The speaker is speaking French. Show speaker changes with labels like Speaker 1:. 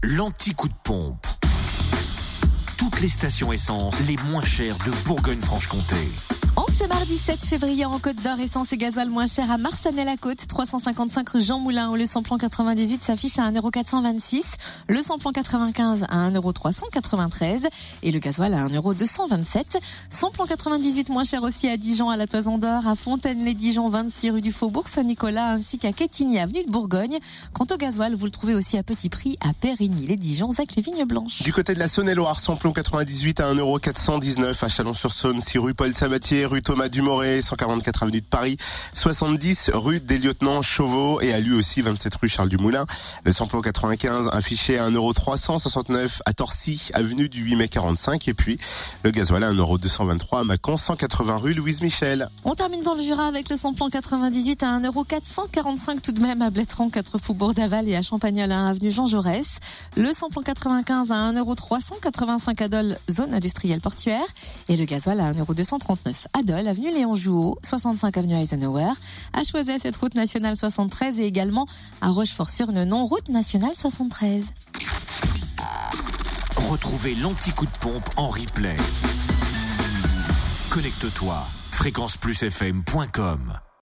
Speaker 1: l'anti-coup de pompe. Toutes les stations essence les moins chères de Bourgogne-Franche-Comté.
Speaker 2: En ce mardi 7 février, en Côte d'Or, essence et gasoil moins cher à Marsanais-la-Côte, 355 rue Jean Moulin, où le samplon 98 s'affiche à 1,426 €, le samplon 95 à 1,393 € et le gasoil à 1,227 €. Samplon 98 moins cher aussi à Dijon, à la Toison d'Or, à Fontaine-les-Dijon, 26 rue du Faubourg Saint-Nicolas, ainsi qu'à Quetigny, avenue de Bourgogne. Quant au gasoil, vous le trouvez aussi à petit prix à Périgny-les-Dijon, avec les Vignes Blanches.
Speaker 3: Du côté de la Saône-et-Loire, samplon 98 à 1,419 € à Chalon-sur-Saône, 6 rue Paul Sabatier, rue Thomas Dumoré, 144 avenue de Paris, 70 rue des Lieutenants Chauveau et à lui aussi 27 rue Charles Dumoulin. Le samplon 95 affiché à 1,369 € à Torcy, avenue du 8 mai 45 et puis le gasoil à 1,223 € à Mâcon, 180 rue Louise Michel.
Speaker 2: On termine dans le Jura avec le samplon 98 à 1,445 € tout de même à Blétran, 4 Faubourg d'Aval et à Champagnol, 1 avenue Jean Jaurès. Le samplon 95 à 1,385 € à Dole, zone industrielle portuaire et le gasoil à 1,239 € à Dole, avenue Léon Jouot, 65 avenue Eisenhower, à Choiset, cette route nationale 73 et également à Rochefort-sur-Nenon, route nationale 73.
Speaker 1: Retrouvez l'anti-coup de pompe en replay. Connecte-toi, fréquenceplusfm.com.